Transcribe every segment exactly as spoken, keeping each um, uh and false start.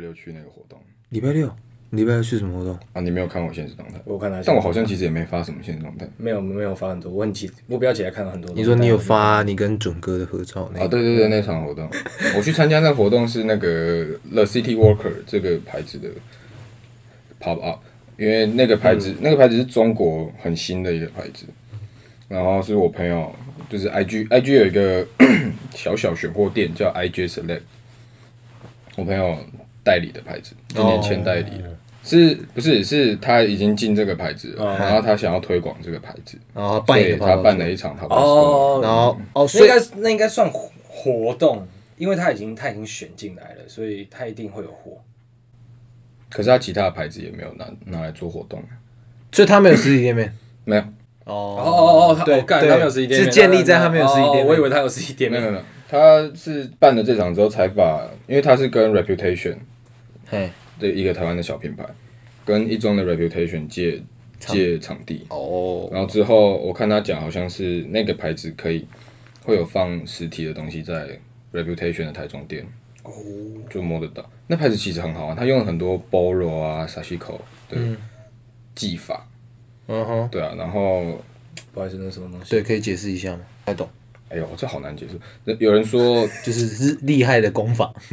六去那个活动。 礼拜六，礼拜六去什么活动啊？你没有看我现实动态？ 我看他， 但我好像其实也没发什么现实动态。 没有没有发很多，我很急，目标起来看到很多。 你说你有发你跟准哥的合照那个？ 啊，对对对，那场活动，我去参加那个活动是那个 The City Walker 这个牌子的 pop up， 因为那个牌子、嗯、那个牌子是中国很新的一个牌子，然后是我朋友就是 I G I G 有一个小小选货店叫 I J Select， 我朋友代理的牌子，今年签代理了。哦，是不是是他已经进这个牌子了，哦，然后他想要推广这个牌子， 然后办一个， 他办了一场他哦， 然后哦，所以那应该那应该算活动，因为他已经他已经选进来了，所以他一定会有货。 可是他其他的牌子也没有拿拿来做活动， 所以他没有实体店面， 没有。 哦哦哦哦，对，他没有实体店面， 是建立在他没有实体店面。 我以为他有实体店面， 没有没有，他是办了这场之后才把，因为他是跟 Reputation， 嘿。的一个台湾的小品牌，跟一中的 Reputation 借借场地，哦，然后之后我看他讲，好像是那个牌子可以会有放实体的东西在 Reputation 的台中店，哦，就摸得到。那牌子其实很好玩，他用了很多 Boro 啊、Sashiko 的技法，嗯哼，对啊，然后不好意思，那是什么东西？ 对，可以解释一下吗？不太懂。 哎呦，这好难解释。有人说就是厉害的工法。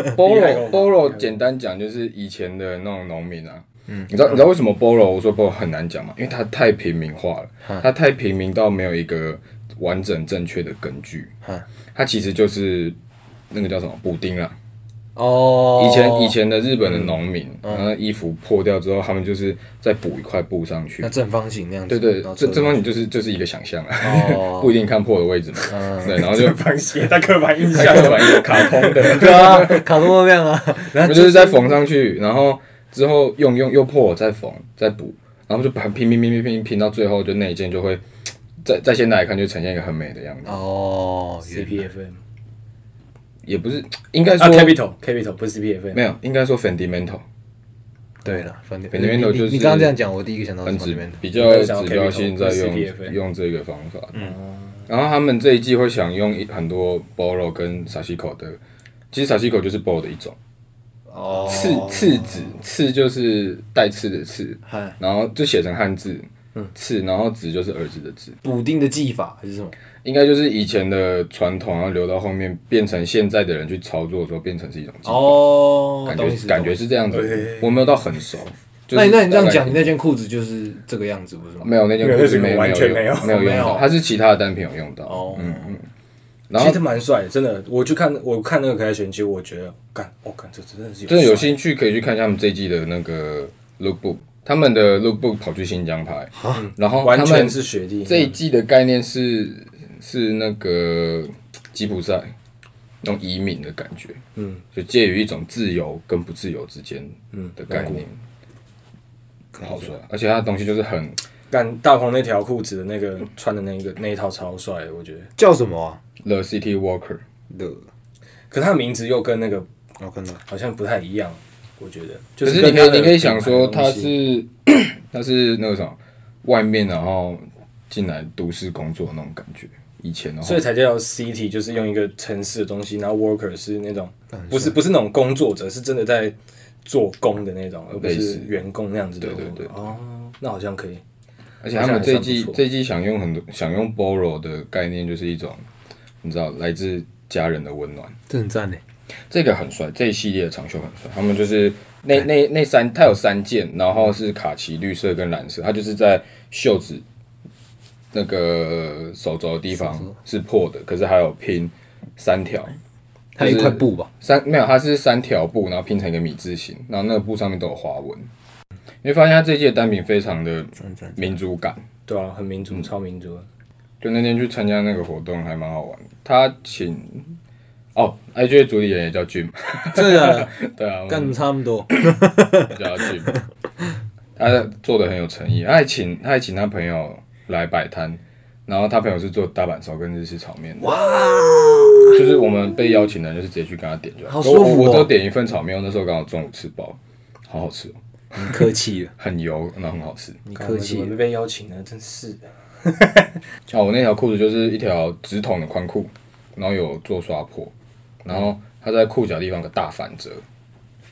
Boro Boro 简单讲就是以前的那种农民啊。嗯，你知道你知道为什么 Boro 我说 Boro 很难讲吗？因为它太平民化了，它太平民到没有一个完整正确的根据。它其实就是那个叫什么补丁啦。哦，以前以前的日本的农民，嗯、然后衣服破掉之后，他们就是再补一块布上去。 那正方形那样子。 对对，正正方形就是就是一个想象啊，哦、不一定看破的位置嘛。嗯、对，然后就正方形，太刻板印象， 太刻板印象，卡通的。 对啊，卡通都那样啊。 然后就是再缝上去，然后之后用用又破，再缝再补，然后就把拼拼拼拼拼拼到最后，就那一件就会在在现在来看就呈现一个很美的样子。 哦 ，C P F M。 也不是，应该说、 啊、Capital Capital 不是 C P F M， 没有，应该说 Fundamental。 对了 ，Fundamental 就是你刚刚这样讲，我第一个想到很指比较指标性在用用这个方法。嗯，然后他们这一季会想用很多 Boro 跟 Sashiko 的，其实 Sashiko 就是 Boro 的一种。哦。刺刺子，刺就是带刺的刺，然后就写成汉字。刺，然后子就是儿子的子。 补丁的技法还是什么？ 应该就是以前的传统，然后留到后面变成现在的人去操作的时候，变成是一种技法。哦，感觉感觉是这样子。我没有到很熟。 那你那你这样讲，你那件裤子就是这个样子，不是吗？ 没有，那件裤子没有完全没有没有用到，它是其他的单品有用到。哦，嗯嗯。 然后其实蛮帅的，真的。我去看我看那个可爱选，其实我觉得，干，我干，这真的是有。 真的有兴趣可以去看一下他们这一季的那个 lookbook。他们的 lookbook 跑去新疆拍，嗯、然后完全是学弟。 这一季的概念是是那个吉普赛那种移民的感觉，嗯，就介于一种自由跟不自由之间的概念，嗯、好帅！而且他的东西就是很， 干大鹏那条裤子的那个穿的那一个那一套超帅的，我觉得叫什么啊 ？The City Walker 的，可他的名字又跟那个好像不太一样。我觉得，就是你可以，你可以想说，他是他是那个什么，外面然后进来都市工作的那种感觉，以前的话， 所以才叫 city， 就是用一个城市的东西，然后 worker 是那种不是不是那种工作者，是真的在做工的那种，而不是员工那样子的。 对对对。 哦，那好像可以。 而且他们这一季这一季想用很多想用 Boro 的概念，就是一种你知道来自家人的温暖， 这很赞嘞。 这个很帅，这一系列的长袖很帅。他们就是那那那三，它有三件，然后是卡其、绿色跟蓝色。它就是在袖子那个手肘的地方是破的，可是还有拼三条。 它有一块布吧？ 三没有，它是三条布，然后拼成一个米字形，然后那个布上面都有花纹。你会发现它这一季的单品非常的民族感， 对啊，很民族，超民族的。 就那天去参加那个活动，还蛮好玩的。他请。哦 ，I G 的主理人也叫 Jim， 真的， 对啊， 跟差不多， 叫 Jim， 他做的很有诚意，他还请他还请他朋友来摆摊，然后他朋友是做大阪烧跟日式炒面的，哇，就是我们被邀请的人就是直接去跟他点就好， 好舒服、哦、 我只有点一份炒面，我那时候刚好中午吃饱，好好吃哦， 你客气了， 很油，然后很好吃， 你客气了，没被邀请的，真是的。 哦，我那条裤子就是一条直筒的宽裤，然后有做刷破。然后它在裤脚地方有个大反折，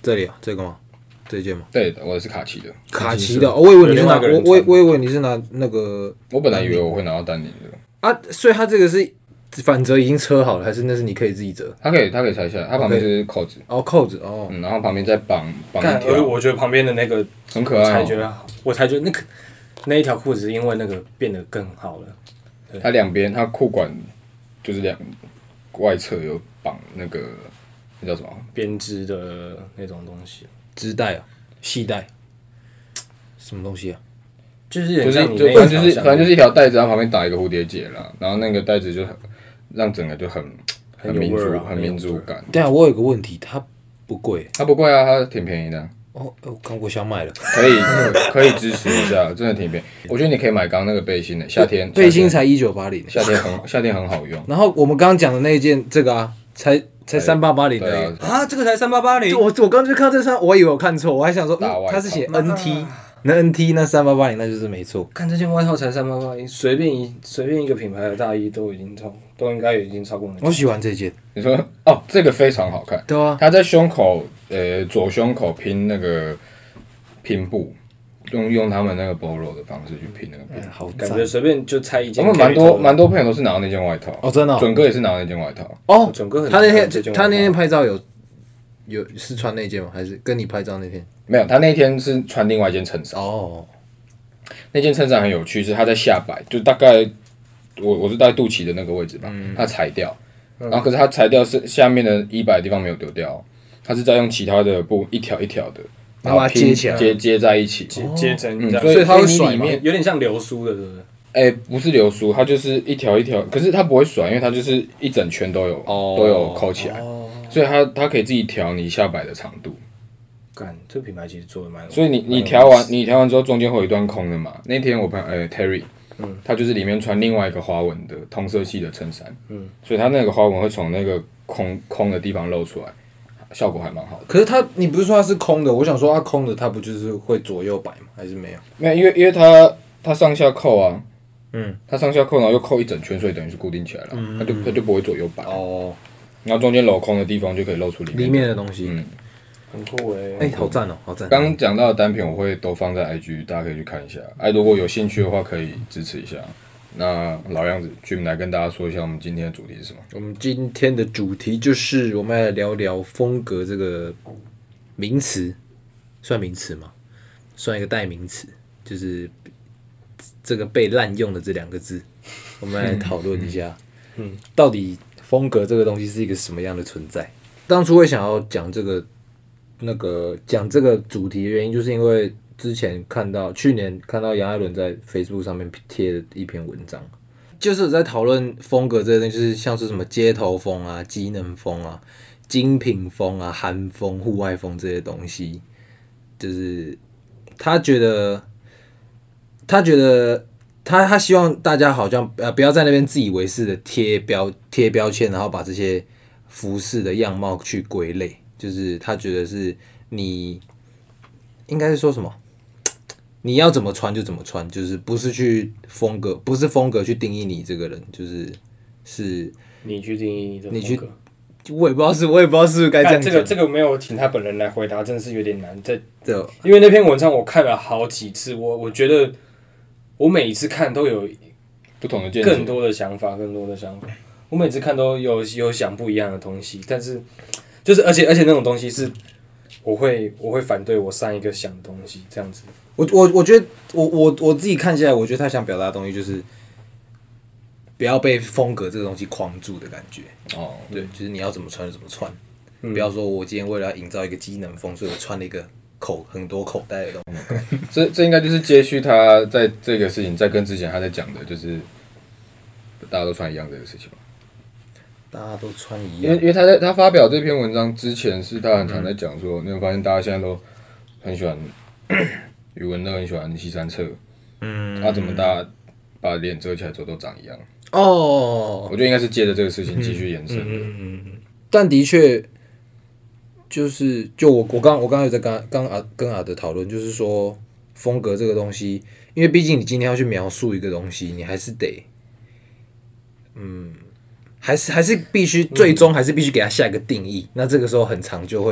这里啊，这个吗？这件吗？ 对的，我的是卡其的。 卡其的，哦、我以为你是拿我我我以为你是拿那个。 我本来以为我会拿到丹宁的。 啊，所以它这个是反折已经车好了，还是那是你可以自己折？ 它可以，它可以拆下来，它旁边是扣子。 哦，扣子哦、 嗯，然后旁边再绑绑一条。 而我觉得旁边的那个很可爱、哦， 我才觉得，我才觉得那个那一条裤子因为那个变得更好了。 它两边，它裤管就是两外侧有绑那个那叫什么编织的那种东西， 织带啊，系带，什么东西啊？ 就是就是就反正就是反正就是一条带子，然后旁边打一个蝴蝶结啦，然后那个带子就很让整个就很很民族、啊、很民族感。 对啊，我有个问题，它不贵， 它不贵啊，它挺便宜的。 哦，我我想买了， 可以可以支持一下，真的挺便宜。我觉得你可以买刚刚那个背心的，夏天背心才一九八零， 夏天很夏天很好用。 然后我们刚刚讲的那一件这个啊，才才三八八零的啊，这个才三八八零。 我我刚就看到这双，我以为我看错，我还想说，嗯、他是写 N T。那 N T 那三八八零那就是没错， 看这件外套才三八八零，随便一随便一个品牌的大衣都已经超都应该已经超过那。 我喜欢这件， 你说哦，这个非常好看， 对啊， 它在胸口呃左胸口拼那个拼布，用用他们那个 Bolo 的方式去拼那个拼， 嗯、好感觉随便就拆一件。 我们蛮多蛮多朋友都是拿到那件外套哦，真的、哦， 准哥也是拿到那件外套哦， 准哥很他那天他那天拍照有有是穿那件吗？还是跟你拍照那天？ 没有，他那天是穿另外一件衬衫哦。 那件衬衫很有趣，是他在下摆，就大概我我是在肚脐的那个位置吧，嗯、他裁掉，然后可是他裁掉是下面的衣摆的地方没有丢掉，他是在用其他的布一条一条的，然后接起来， 接接在一起， 接接成、 嗯， 所以它会甩里面有点像流苏的，对不对？ 哎、欸，不是流苏，它就是一条一条，可是它不会甩，因为它就是一整圈都有、哦、都有扣起来，哦、所以它它可以自己调你下摆的长度。 干，这个品牌其实做的蛮， 所以你你调完你调完之后，中间会有一段空的嘛？那天我朋友呃 Terry， 嗯，他就是里面穿另外一个花纹的同色系的衬衫，嗯，所以他那个花纹会从那个空空的地方露出来，效果还蛮好的。 可是它你不是说它是空的？我想说它空的，它不就是会左右摆吗？还是没有？ 没有，因为因为它它上下扣啊，嗯，它上下扣，然后又扣一整圈，所以等于是固定起来了，嗯、它就它就不会左右摆哦。然后中间镂空的地方就可以露出里面里面的东西， 嗯。 很酷诶、 欸！哎、欸，好赞哦，好赞！ 刚刚讲到的单品我会都放在 I G， 大家可以去看一下。哎、啊，如果有兴趣的话，可以支持一下。那老样子 ，Jim 来跟大家说一下我们今天的主题是什么？ 我们今天的主题就是我们来聊聊风格这个名词，算名词吗？算一个代名词，就是这个被滥用的这两个字，我们来讨论一下，嗯，到底风格这个东西是一个什么样的存在？当初会想要讲这个。那个讲这个主题的原因，就是因为之前看到去年看到杨艾伦在 Facebook 上面贴的一篇文章，就是在讨论风格这些东西，就是像是什么街头风啊、机能风啊、精品风啊、韩风、户外风这些东西，就是他觉得，他觉得他他希望大家好像呃不要在那边自以为是的贴标贴标签，然后把这些服饰的样貌去归类。就是他觉得是你应该是说什么，你要怎么穿就怎么穿，就是不是去风格，不是风格去定义你这个人，就是是你去定义你的风格。你去， 我也不知道是，我也不知道是不是该这样讲。 这个这个没有请他本人来回答，真的是有点难。这因为那篇文章我看了好几次，我我觉得我每一次看都有不同的见解， 更多的想法，更多的想法。我每次看都有有想不一样的东西，但是。就是而且而且那种东西是，我会我会反对我上一个想的东西这样子。 我我我觉得我我我自己看下来，我觉得他想表达的东西就是不要被风格这个东西框住的感觉。哦，对，就是你要怎么穿就怎么穿，嗯、不要说我今天为了要营造一个机能风，所以我穿了一个口很多口袋的东西。 这这应该就是接续他在这个事情在跟之前他在讲的，就是大家都穿一样这个事情。 大家都穿一样， 因为因为他在他发表这篇文章之前，是他很常在讲说，你会发现大家现在都很喜欢语文都很喜欢西三侧，嗯，他、啊、怎么大家把脸遮起来之后都长一样？哦，我觉得应该是接着这个事情继续延伸的。嗯嗯嗯嗯、 但的确，就是就我我刚我刚才有在跟刚阿跟阿德讨论，就是说风格这个东西，因为毕竟你今天要去描述一个东西，你还是得，嗯。还是还是必须，最终还是必须给它下一个定义。嗯、那这个时候很常就会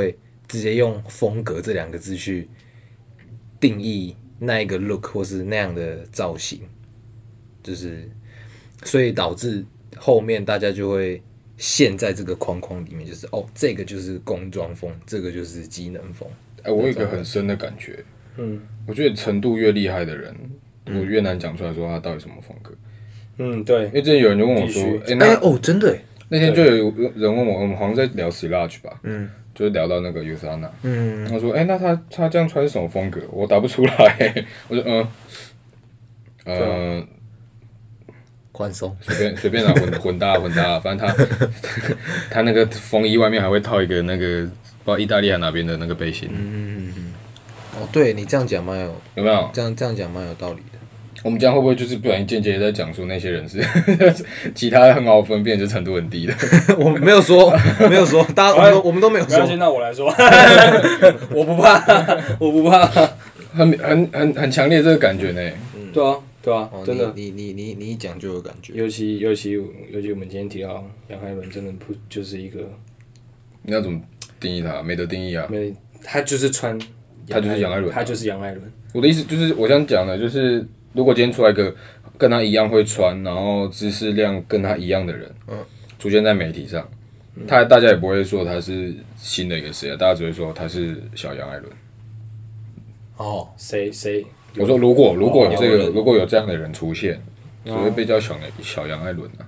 直接用风格这两个字去定义那一个 look 或是那样的造型，就是所以导致后面大家就会陷在这个框框里面，就是哦，这个就是工装风，这个就是机能风。 哎、欸，我有一个很深的感觉，嗯，我觉得程度越厉害的人，嗯、我越难讲出来说他到底什么风格。 嗯，对， 因为之前有人就问我说，哎、欸，那、 欸、哦，真的， 那天就有人问我，我们好像在聊 Sludge 吧，嗯，就是聊到那个 Usana， 嗯，他说，哎、欸，那他他这样穿是什么风格？我答不出来，我说，嗯，呃， 宽松， 随便随便拿混混搭混搭，反正他他那个风衣外面还会套一个那个不知道意大利还哪边的那个背心，嗯嗯嗯，哦，对你这样讲蛮有有没有？ 这样这样讲蛮有道理的。 我们这样会不会就是不小心间接在讲述那些人是其他很好分辨，就程度很低的？ 我没有说，没有说，大家我们都我们都没有说。 那我来说，我不怕，我不怕， 很很很很强烈这个感觉呢。 嗯，对啊，对啊， 哦、 真的。 你你你你一讲就有感觉。 尤其尤其尤其我们今天提到杨海伦，真的不就是一个？ 你要怎么定义他？没得定义啊。 没，他就是穿， 他就是杨艾伦， 他就是杨艾伦。 我的意思就是，我想讲的就是。如果今天出来一个跟他一样会穿，然后知识量跟他一样的人，嗯，出现在媒体上，他大家也不会说他是新的一个谁啊，大家只会说他是小杨艾伦。 哦， 谁谁？ 我说如果如果有这个、哦、如果有这样的人出现，所以被叫小小杨艾伦啊。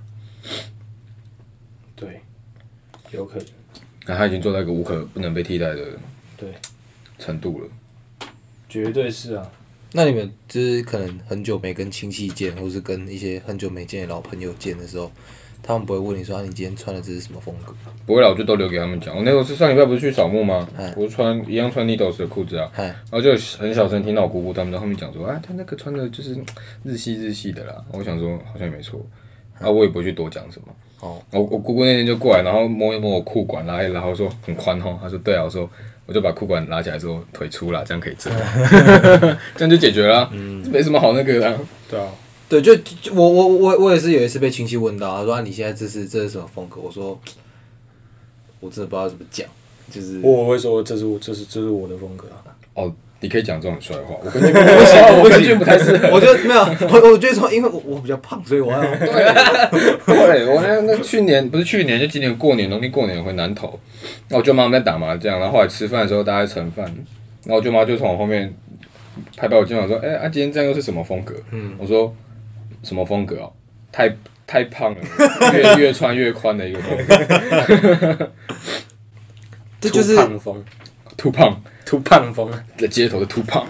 对，有可能。 那他已经做到一个无可不能被替代的对程度了。 绝对是啊。 那你们就是可能很久没跟亲戚见，或是跟一些很久没见的老朋友见的时候，他们不会问你说、啊、你今天穿的这是什么风格？ 不会啦，我就都留给他们讲。我那时候是上礼拜不是去扫墓吗？我穿一样穿 Needles 的裤子啊，然后就很小声听到我姑姑他们在后面讲说啊，他那个穿的就是日系日系的啦。我想说好像也没错，啊，我也不会去多讲什么。哦，我我姑姑那天就过来，然后摸一摸我裤管，拉一拉，我说很宽哦，她说对啊，我说。我就把裤管拉起来之后腿粗了，这样可以遮，这样就解决了、啊，嗯，没什么好那个的、啊。 对啊， 对，就我我我我也是有一次被亲戚问到，他说、啊、你现在这是这是什么风格？我说我真的不知道怎么讲，就是我会说这是我这是这是我的风格、啊。 哦，你可以讲这种很帅的话，我跟你不行，我跟你不太适合。 我就没有，我我觉得说，因为我我比较胖，所以我要对，对我那那去年不是去年，就今年过年农历过年回南投，然后我舅妈在打麻将，然后后来吃饭的时候大家在盛饭，然后我舅妈就从我后面拍拍我肩膀说：“哎、欸，啊，今天这样又是什么风格？”嗯，我说：“什么风格哦？太太胖了，越越穿越宽的一个风格。” 这就是胖风， 秃胖。 秃胖风在街头的秃胖，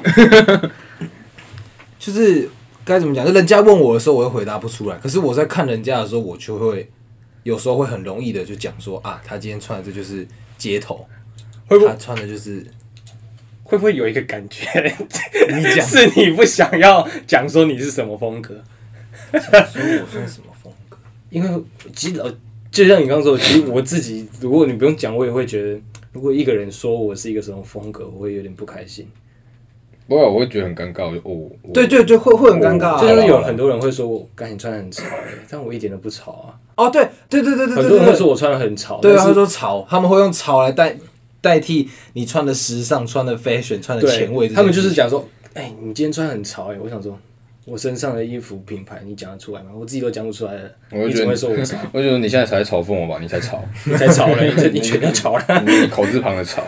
就是该怎么讲？就人家问我的时候，我会回答不出来。可是我在看人家的时候，我就会有时候会很容易的就讲说啊，他今天穿的这就是街头，会不会他穿的就是会不会有一个感觉？你讲是你不想要讲说你是什么风格， 想说我穿什么风格？ 因为其实就像你刚刚说的，其实我自己，如果你不用讲，我也会觉得。如果一个人说我是一个什么风格，我会有点不开心。 不过我会觉得很尴尬，我就哦， 对对对，会会很尴尬、啊。 就是有很多人会说我赶紧穿得很潮、欸，但我一点都不潮啊。 哦，对对对对对， 很多人会说我穿得很潮， 对，他说潮，他们会用潮来代代替你穿的时尚、穿的 fashion、穿的前卫。 他们就是讲说，哎、欸，你今天穿很潮哎、欸，我想说。我身上的衣服品牌，你讲得出来吗？我自己都讲不出来了。你怎么会说我潮？ 我觉得你现在才嘲讽我吧，你才潮， 你才潮了，你你全都潮了。 你口字旁的潮。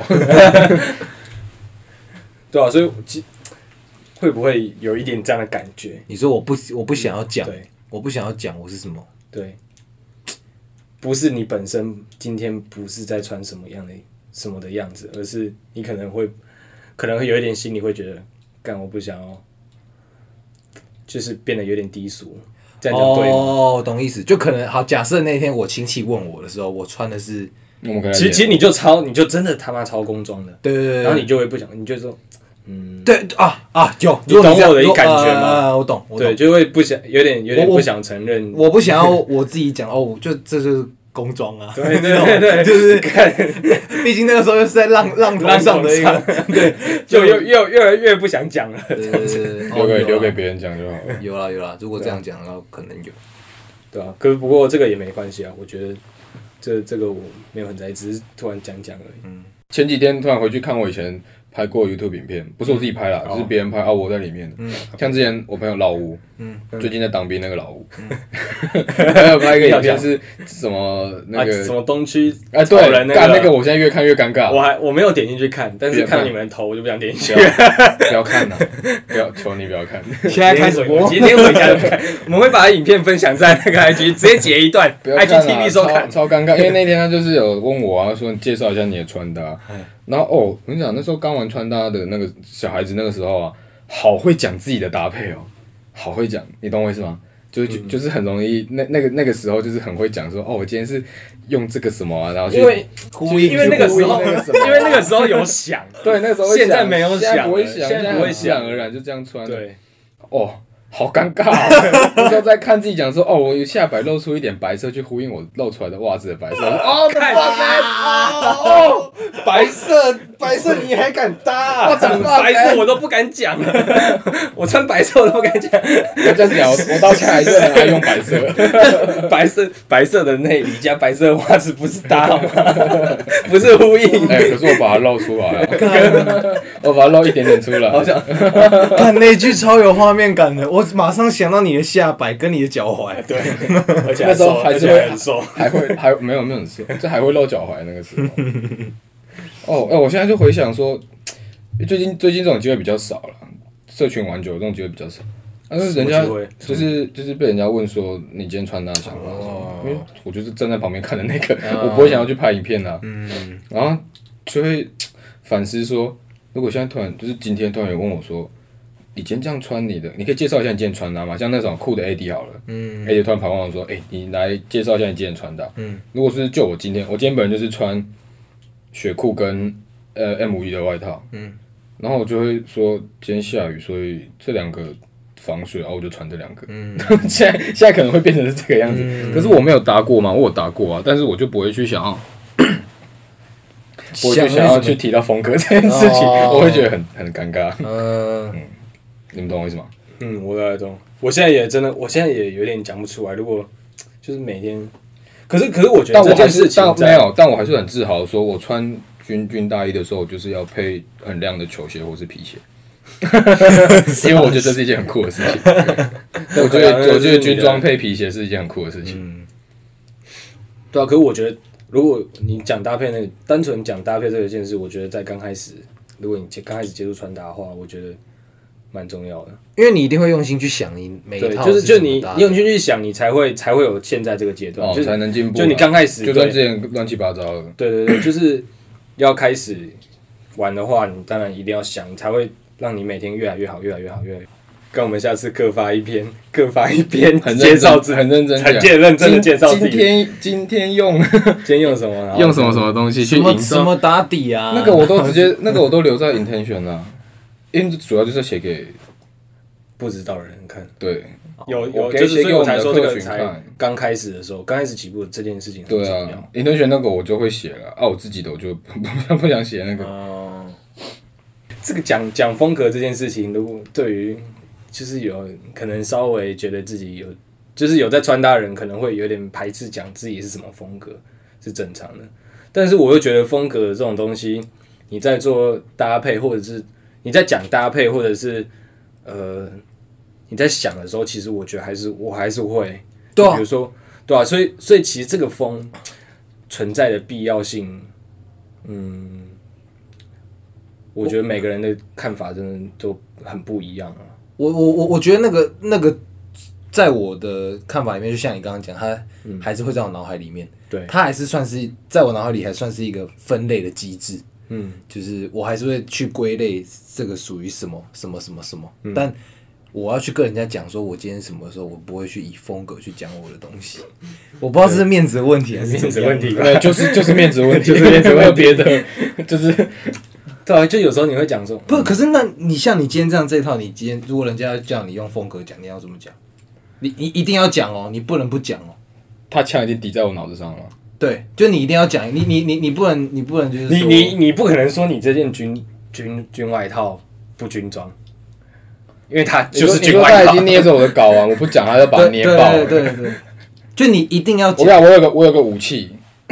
对啊，所以会不会有一点这样的感觉？ 你说我不我不想要讲， 对， 我不想要讲我是什么？ 对，不是你本身今天不是在穿什么样的什么的样子，而是你可能会可能会有一点心里会觉得，干我不想要。就是变得有点低俗，这样就对了。 哦，懂意思。就可能好，假设那天我亲戚问我的时候，我穿的是， 其实其实你就超，你就真的他妈超工装的， 对对对， 然后你就会不想，你就说，嗯， 对啊啊，有， 你懂我的感觉吗？ 啊、我懂，我懂， 对，就会不想，有点有点不想承认。 我, 我不想要我自己讲哦，就这就是工装啊， 对对对对， 就是看，毕竟那个时候又是在浪浪头上的一个，对， 就又又越来越不想讲了， 对对对， 留给留给别人讲就好了。 有啦有啦，如果这样讲的话，可能有， 对啊，可是不过这个也没关系啊，我觉得这这个我没有很在意，只是突然讲讲而已。嗯。 前几天突然回去看我以前拍过 YouTube 影片，不是我自己拍啦，嗯、是别人拍啊，我在里面。嗯，像之前我朋友老吴，嗯，最近在当兵那个老吴，嗯、还有拍一个影片是什么那个、 啊、什么东区啊，对，干、那个、那个我现在越看越尴尬。 我还我没有点进去看，但是看到你们的头我就不想点进去。 不要看了，不要求你不要看。 现在开始播，今天回家就看。我们会把影片分享在那个 I G， 直接截一段 I G T V 收看， 超尴尬。因为那天他就是有问我啊，说你介绍一下你的穿搭。然后哦，我跟你讲，那时候刚玩穿搭的那个小孩子，那个时候啊，好会讲自己的搭配哦，好会讲，你懂我意思吗？就是、嗯、就是很容易，那那个那个时候就是很会讲说，哦，我今天是用这个什么啊，然后去因为呼应，因为那个时候，因为那个时候有想， 对，那个时候现在没有想， 现在不会想， 现在不会自然而然就这样穿， 对， 哦。好尴尬、哦！那时候在看自己讲说，哦，我下摆露出一点白色去呼应我露出来的袜子的白色。哦， 看哦，白色，白色你还敢搭？ 我穿白色我都不敢讲了，我穿白色我都不敢讲。 我这样讲，我到现在还是很爱用白色， 白色白色的内里加白色的袜子不是搭好吗？不是呼应。 哎、欸，可是我把它露出来了，我把它露一点点出来。 好像，看那句超有画面感的。我马上想到你的下摆跟你的脚踝， 对，而且那时候还是会很瘦， 还会还没有没有很瘦，这还会露脚踝那个时候。哦，哎、欸，我现在就回想说，最近最近这种机会比较少了，社群玩久这种机会比较少。但是人家就是就是被人家问说你今天穿搭的想法是什么？因为我就是站在旁边看的那个，哦、我不会想要去拍影片啊。嗯，然后就会反思说，如果现在突然就是今天突然有问我说。你今天这样穿你的，你可以介绍一下你今天穿搭吗？像那种酷的 A D 好了，嗯 ，A D 突然跑过来说，哎、欸，你来介绍一下你今天穿搭。嗯，如果是就我今天，我今天本人就是穿雪裤跟呃 M 一的外套，嗯，然后我就会说今天下雨，所以这两个防水，然后我就穿这两个。嗯，现在现在可能会变成是这个样子，嗯、可是我没有搭过嘛，我有搭过啊，但是我就不会去想要。我就想要去提到风格这件事情，哦、我会觉得很很尴尬。嗯。嗯你们懂我意思吗？ 嗯，我大概懂。我现在也真的，我现在也有点讲不出来。如果就是每天，可是可是我觉得这件事情但没有，但我还是很自豪，说我穿军军大衣的时候，就是要配很亮的球鞋或是皮鞋，因为我觉得这是一件很酷的事情。我觉得我觉得军装配皮鞋是一件很酷的事情。嗯， 对啊，可是我觉得，如果你讲搭配那个，单纯讲搭配这个件事，我觉得在刚开始，如果你刚开始接触穿搭的话，我觉得。蛮重要的， 因为你一定会用心去想你每一套是就是就你你用心去想，你才会才会有现在这个阶段， 哦、 就才能进步。 就你刚开始， 就算之前乱七八糟的， 对对对，就是要开始玩的话，你当然一定要想，你才会让你每天越来越好，越来越好，越来越好。跟我们下次各发一篇，各发一篇介绍自己， 很认真， 很认真的介绍自己。 今天今天用今天用什么？ 用什么什么东西去营造什么打底啊？ 那个我都直接，那个我都留在 intention 啊，因为主要就是写给。 不知道的人看， 对， 有有就是所以我才说这个才刚开始的时候，刚开始起步这件事情很重要。 对啊，影片那个我就会写了啊，我自己的我就不不想写那个。 哦、呃，这个讲讲风格这件事情，如果对于就是有可能稍微觉得自己有就是有在穿搭的人，可能会有点排斥讲自己是什么风格，是正常的。但是我又觉得风格这种东西，你在做搭配，或者是你在讲搭配，或者是呃。你在想的时候，其实我觉得还是我还是会，对啊，比如说，对啊，所以所以其实这个风存在的必要性，嗯，我觉得每个人的看法真的都很不一样啊。 我我我我觉得那个那个，在我的看法里面，就像你刚刚讲，它还是会在我脑海里面，对、嗯，它还是算是在我脑海里还算是一个分类的机制，嗯，就是我还是会去归类这个属于什么什么什么什么，嗯、但。我要去跟人家讲说，我今天什么时候，我不会去以风格去讲我的东西。我不知道这是面子的问题还是面子问题， 对，就是就是面子问题，就是面子问题，别的就是对啊，就有时候你会讲说， 不，可是那你像你今天这样这一套，你今天如果人家要叫你用风格讲，你要怎么讲？你你一定要讲哦，你不能不讲哦。 他枪已经抵在我脑子上了。 对，就你一定要讲，你你你你不能你不能就是你你你不可能说你这件军军军外套不军装。因为他就是军外套， 他已经捏着我的睾丸，我不讲，他就把它捏爆了。 对对对对，就你一定要讲。 我讲，我有个我有个武器，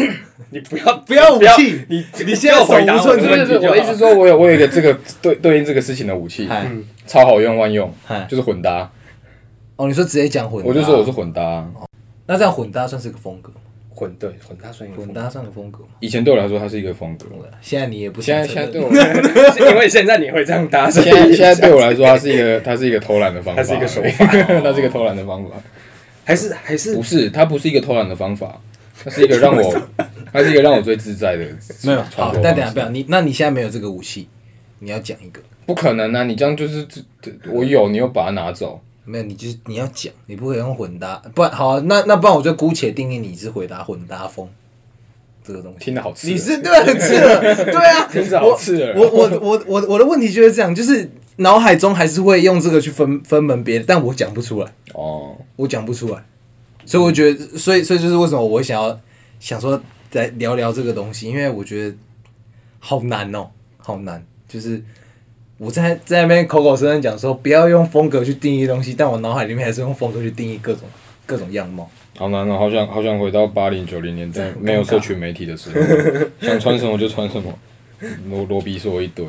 你不要不要武器， 你你现在手无寸铁。 就是我意思说，我有我有一个这个对对应这个事情的武器，超好用万用，就是混搭。 哦，你说直接讲混搭， 我就说我是混搭。 那这样混搭算是个风格吗？ 混对混搭算一个混搭算个风格吗？ 以前对我来说，它是一个风格。 现在你也不现在现在对我， 因为现在你会这样搭， 现在现在对我来说，它是一个它是一个偷懒的方法， 它是一个手法， 它是一个偷懒的方法。 还是还是不是？它不是一个偷懒的方法，它是一个让我，它是一个让我最自在的。 没有好，但等下不要你，那你现在没有这个武器，你要讲一个。 不可能啊！你这样就是我有，你又把它拿走。 没有，你就是你要讲，你不可以用混搭，不然好、啊，那那不然我就姑且定义你是回答混搭风这个东西。 听得好刺， 你是对很刺耳，对啊， 听着好刺耳。 我我我我我的问题就是这样，就是脑海中还是会用这个去分分门别类，但我讲不出来。哦，我讲不出来，所以我觉得，所以所以就是为什么我会想要想说再聊聊这个东西，因为我觉得好难哦，好难，就是。我在在那边口口声声讲说不要用风格去定义东西，但我脑海里面还是用风格去定义各种各种样貌。 好难哦，好想好想回到八零九零年代没有社群媒体的时候，想穿什么就穿什么，罗罗比说一堆。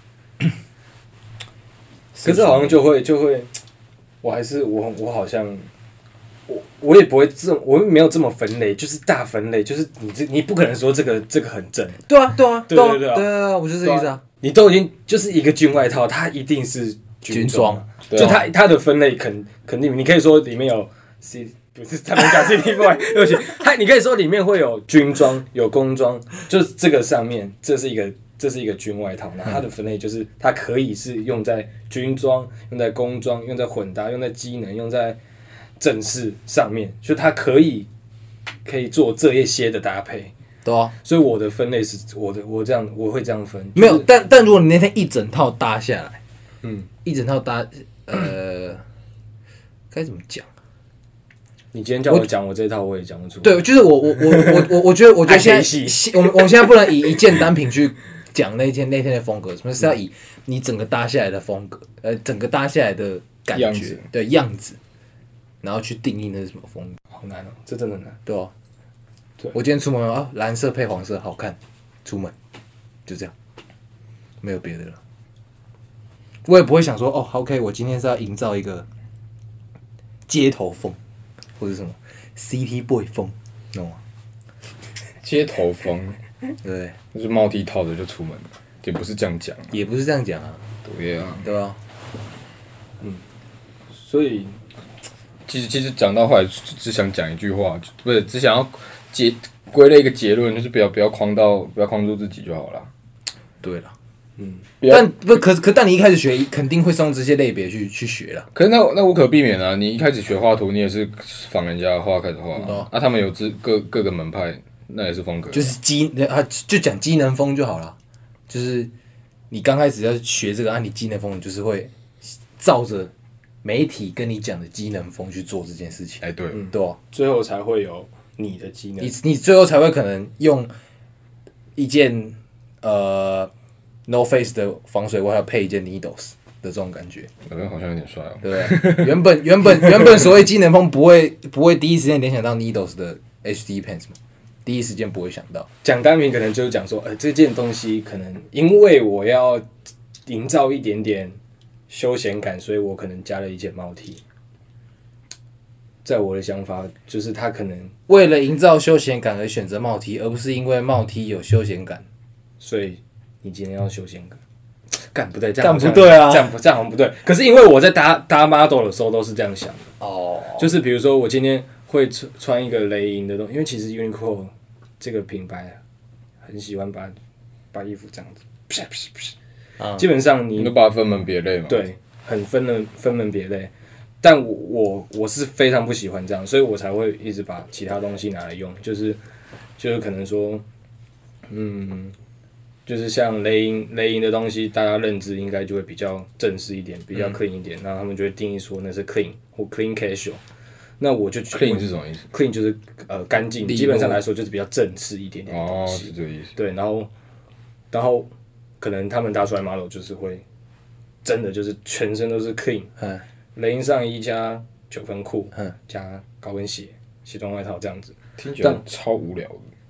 可是好像就会就会，我还是我我好像我我也不会这我没有这么分类，就是大分类，就是你这你不可能说这个这个很正。 对啊对啊对对对对啊，我就这个意思啊。 你都已经就是一个军外套，它一定是军装，就它它的分类肯肯定，你可以说里面有 C 不是他们讲 C T boy， 对不起，它你可以说里面会有军装有工装，就是这个上面这是一个这是一个军外套，那它的分类就是它可以是用在军装、用在工装、用在混搭、用在机能、用在正式上面，就它可以可以做这一些的搭配。 对啊， 所以我的分类是我的，我这样我会这样分，就是、 没有，但但如果你那天一整套搭下来，嗯，一整套搭，呃，该怎么讲？ 你今天叫我讲我这一套，我也讲不出。 对，就是我我我我我我觉得我觉得现在我们我们现在不能以一件单品去讲那天那天的风格，什么是要以你整个搭下来的风格，呃，整个搭下来的感觉的样子，然后去定义那是什么风格， 好难哦，这真的难， 对啊。我今天出门啊，蓝色配黄色好看，出门就这样，没有别的了。我也不会想说哦 ，OK， 我今天是要营造一个街头风，或者什么 City Boy 风，懂吗？ 街头风， 对， 就是帽 T 套着就出门了，也不是这样讲、啊， 也不是这样讲啊， 对啊， 对啊， 嗯，所以其实其实讲到后来，只想讲一句话，不是只想要。结归类一个结论，就是不要不要框到不要框住自己就好了。 对了，嗯，但不可可但你一开始学肯定会上这些类别去去学了。 可是那那无可避免啊！你一开始学画图，你也是仿人家的画开始画、啊，啊，他们有各各个门派，那也是风格。 就是机啊，就讲机能风就好了。就是你刚开始要学这个，按、啊、你机能风，你就是会照着媒体跟你讲的机能风去做这件事情。 哎、欸，对， 嗯，对、啊， 最后才会有。你的技能， 你你最后才会可能用一件呃 No Face 的防水外套配一件 Needles 的这种感觉， 那边好像有点帅哦， 对不对？原本原本原本所谓机能风不会不会第一时间联想到 Needles 的 H D Pants 嘛，第一时间不会想到。 讲单品可能就是讲说，呃，这件东西可能因为我要营造一点点休闲感，所以我可能加了一件帽 T。在我的想法，就是他可能为了营造休闲感而选择帽 T，而不是因为帽 T 有休闲感， 所以你今天要休闲感。干不对，这样不对啊， 这样不这样好像不对。可是因为我在搭搭 model 的时候都是这样想的哦，就是比如说我今天会穿一个雷银的东西，因为其实 Uniqlo 这个品牌很喜欢把把衣服这样子，啪啪啪，啊、基本上你你都把它分门别类嘛， 对，很分了分门别类。但我我我是非常不喜欢这样，所以我才会一直把其他东西拿来用，就是就是可能说，嗯，就是像雷银雷银的东西，大家认知应该就会比较正式一点，比较 clean 一点，然后他们就会定义说那是 clean 或 clean casual。那我就 clean 是什么意思 ？clean 就是呃干净，基本上来说就是比较正式一点点的东西。 哦，是这个意思。 对，然后然后可能他们搭出来 model 就是会真的就是全身都是 clean。嗯。雷银上衣加九分裤，加高跟鞋、西装外套这样子， 听起来超无聊的。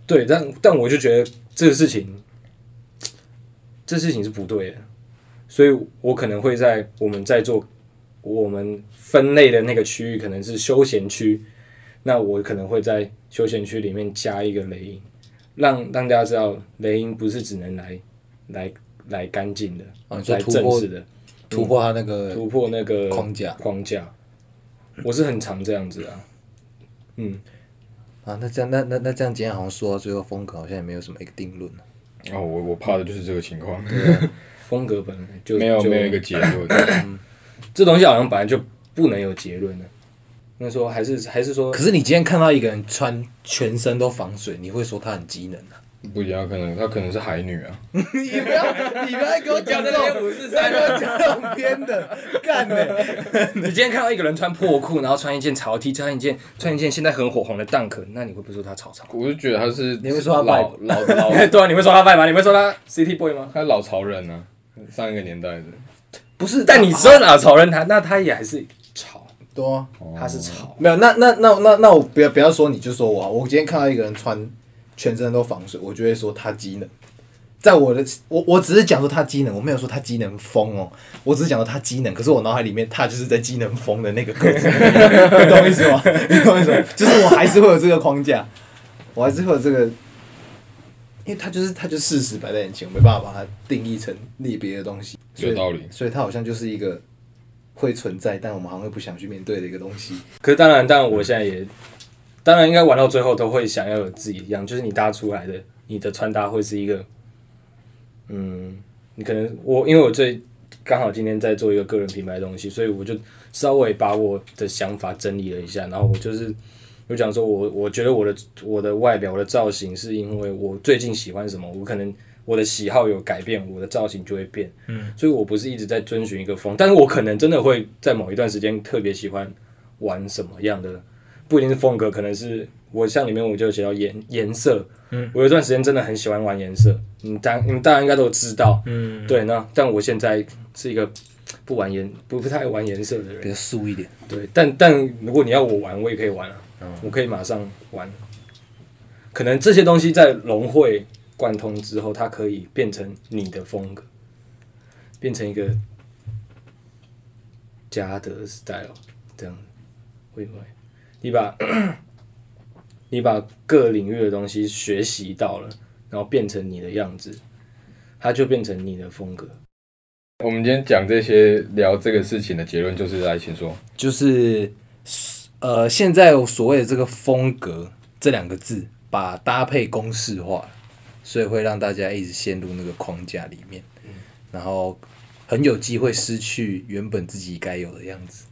对，但但我就觉得这个事情，这事情是不对的，所以我可能会在我们在做我们分类的那个区域，可能是休闲区，那我可能会在休闲区里面加一个雷音，让让大家知道雷音不是只能来来来干净的， 哦、 来正式的， 突破它那个、 嗯、突破那个框架框架，我是很常这样子啊，嗯。 啊，那这样，那那那这样，今天好像说到最后，风格好像也没有什么一个定论了。 哦，我我怕的就是这个情况。 对啊，风格本来就没有没有一个结论。 嗯，这东西好像本来就不能有结论的。那说还是还是说， 可是你今天看到一个人穿全身都防水，你会说他很机能啊？ 不一样，可能他可能是海女啊。 你不要，你不要给我讲这种五四三，给我讲这种偏的，干的。 你今天看到一个人穿破裤，然后穿一件潮 T， 穿一件穿一件现在很火红的 Dunk， 那你会不会说他潮潮？ 我就觉得他是， 你会说他老老老， 对啊，你会说他拜吗？你会说他 City Boy 吗？ 他老潮人啊，上一个年代的。 不是， 但你说老潮人，他那他也还是潮。 对啊， 他是潮。 没有，那那那那那我不要不要说，你就说我，我今天看到一个人穿。全身都防水，我就会说他机能。在我的我我只是讲说他机能，我没有说他机能疯哦，我只是讲说他机能。可是我脑海里面他就是在机能疯的那个个子，你懂我意思吗？你懂我意思吗？就是我还是会有这个框架，我还是会有这个，因为他就是他就事实摆在眼前，我没办法把它定义成类别的东西。 有道理， 所以它好像就是一个会存在，但我们好像会不想去面对的一个东西。 可是当然，当然我现在也。当然，应该玩到最后都会想要有自己一样，就是你搭出来的，你的穿搭会是一个，嗯，你可能我因为我最刚好今天在做一个个人品牌的东西，所以我就稍微把我的想法整理了一下，然后我就是有讲说我我觉得我的我的外表我的造型是因为我最近喜欢什么，我可能我的喜好有改变，我的造型就会变，嗯，所以我不是一直在遵循一个风，但是我可能真的会在某一段时间特别喜欢玩什么样的。不一定是风格，可能是我像里面我就写到颜颜色，嗯，我有一段时间真的很喜欢玩颜色，你当你们大家应该都知道，嗯，对，那但我现在是一个不玩颜不不太爱玩颜色的人， 比较素一点， 对，但但如果你要我玩，我也可以玩啊，嗯、我可以马上玩，可能这些东西在融会贯通之后，它可以变成你的风格，变成一个嘉德 style 这样，会不会？你把你把各领域的东西学习到了，然后变成你的样子，它就变成你的风格。 我们今天讲这些聊这个事情的结论就是来，请说， 就是呃，现在所谓的这个风格这两个字，把搭配公式化，所以会让大家一直陷入那个框架里面，嗯、然后很有机会失去原本自己该有的样子。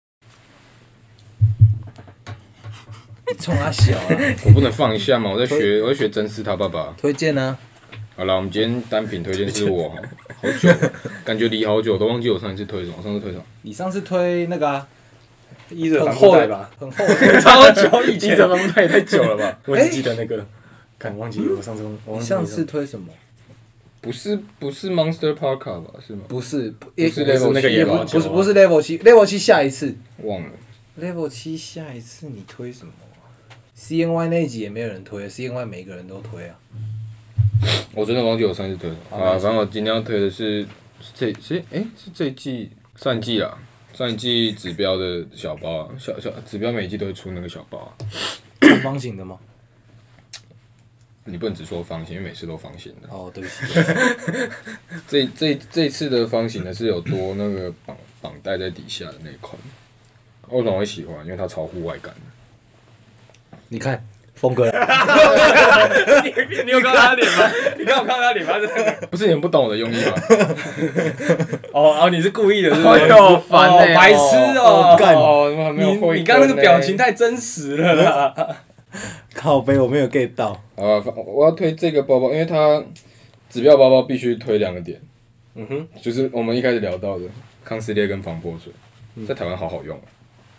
冲他小啊！ 我不能放一下嘛，我在学，我在学真丝他爸爸。 推荐啊！ 好了，我们今天单品推荐是我，好久，感觉离好久，都忘记我上一次推什么。我上次推什么？ 你上次推那个啊， 伊热帆布袋吧？ 很厚， 超久以前。伊热帆布袋也太久了吧？我只记得那个，看忘记我上次我你上次推什么？ 不是不是 Monster Parka 吧？是吗？ 不是， 不是 Level 那个也不是不是 Level 七 ，Level 七下一次忘了。 Level 七下一次你推什么？C N Y 那一集也没有人推 ，C N Y 每个人都推啊。 我真的忘记我上一次推了啊！反正我今天要推的是这这哎、欸、是这一季上一季啊，上一季指标的小包啊，小小指标每一季都会出那个小包啊。 长方形的吗？ 你不能只说方形，因为每次都方形的。 哦，对不起。 这这这次的方形的是有多那个绑绑带在底下的那一款，为什么会喜欢？因为它超户外感的。 你看，峰哥， 你, 你有看到他脸吗？你刚有看到他脸吗？ 不是你们不懂我的用意吗？ 哦哦，你是故意的，是不是？好烦哎， 白痴哦！ 干哦， 你你刚刚那个表情太真实了啦！ 靠背，我没有 get 到。 啊，我要推这个包包，因为它指标包包必须推两个点。嗯哼，就是我们一开始聊到的康斯列跟防泼水，在台湾好好用。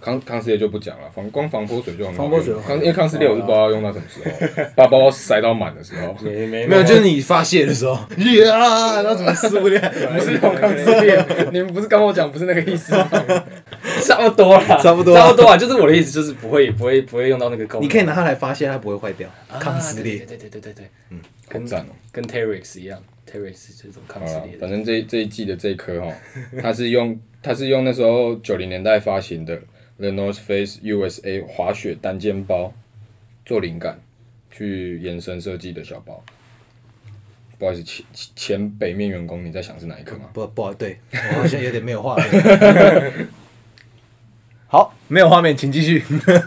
康康斯列就不讲了，防光防泼水就很好防泼水用。康因为康斯列我是不知道要用到什么时候，把包包塞到满的时候。 没没没有，就是你发泄的时候，呀，然后怎么撕不掉？ 不是用康斯列，你们不是跟我讲不是那个意思吗？ 差不多啦， 差不多差不多啊，就是我的意思，就是不会不会不会用到那个功能。 你可以拿它来发泄，它不会坏掉。 啊抗撕裂， 对对对对对对， 嗯，很赞哦。 跟 Terex 一样 ，Terex 这种抗撕裂的。 反正这这一季的这一颗哈，它是用它是用那时候九零年代发行的 The North Face U S A 滑雪单肩包做灵感，去延伸设计的小包。不好意思，前前北面员工，你在想是哪一颗吗？ 不不好，对我好像有点没有画面。好，没有画面，请继续。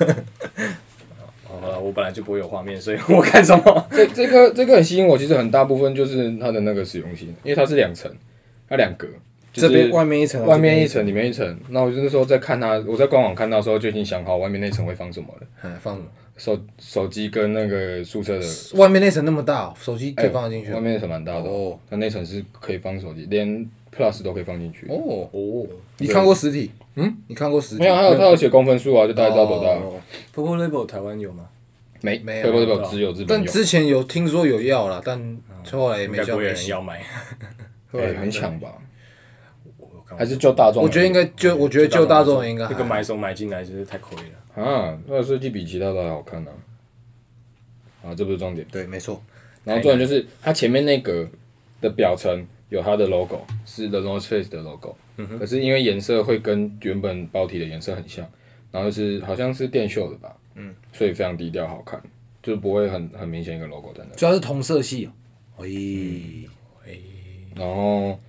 好了，我本来就不会有画面，所以我看什么？ 这这个这个很吸引我，其实很大部分就是它的那个实用性，因为它是两层，它两格，就是、 这边外面一层， 外面一层，里面一层。那我就那时候在看它，我在官网看到的时候就已经想好外面那层会放什么了。 嗯，放什么？ 手手机跟那个宿舍的。 外面那层那么大，手机可以放得进去、 欸。外面那层蛮大的哦，它那层是可以放手机，连 Plus 都可以放进去。 哦哦，你看过实体？嗯，你看过实体？ 没有，还有它有写公分数啊，就大概知道多大。 Purple Label 台湾有吗？ 没， 没有 Purple Label 只有日本有。 但之前有听说有要啦，但后来也没有人要买。 后来很抢吧？还是就大众？ 我觉得应该就，我觉得就大众应该。 这个买手买进来就是太亏了。 啊，它的设计比其他都还好看呢。啊，这不是重点。 对，没错。 然后重点就是它前面那格的表层有它的 logo， 是 The North Face 的 logo。嗯、可是因为颜色会跟原本包体的颜色很像，然后就是好像是电绣的吧，嗯，所以非常低调好看，就是不会很很明显一个 logo 在那。 主要是同色系哦。喂、 嗯、然后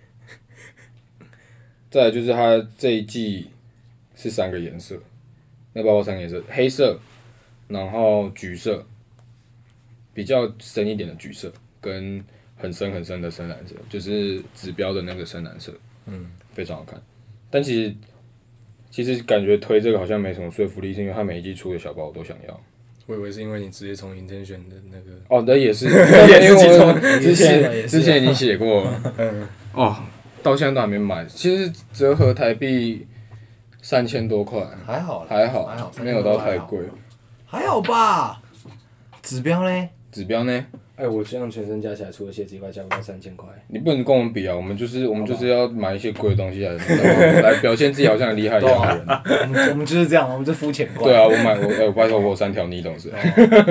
再来就是它这一季是三个颜色，那包括三个颜色，黑色，然后橘色。比较深一点的橘色，跟很深很深的深蓝色，就是指标的那个深蓝色，嗯，非常好看。但其实其实感觉推这个好像没什么说服力，是因为它每一季出的小包我都想要。 我以为是因为你直接从 Intention 的那个哦，那也是，也是从之前之前已经写过了，嗯，哦，到现在都还没买。其实折合台币三千多块， 还好， 还好，还好，没有到太贵， 还好吧？指标呢？ 指标呢？ 哎，我这样全身加起来，除了鞋子以外，加不到三千块。 你不能跟我们比啊！我们就是我们就是要买一些贵的东西来来表现自己好像很厉害一样的人。 我们我们就是这样，我们是肤浅怪。 对啊，我买我哎，我拜托我有三条，你懂是？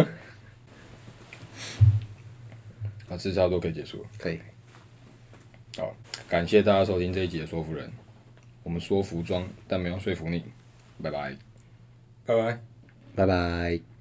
好，这差不多可以结束了。 可以。 好，感谢大家收听这一集的说服人。我们说服装，但没有说服你。拜拜。 拜拜。 拜拜。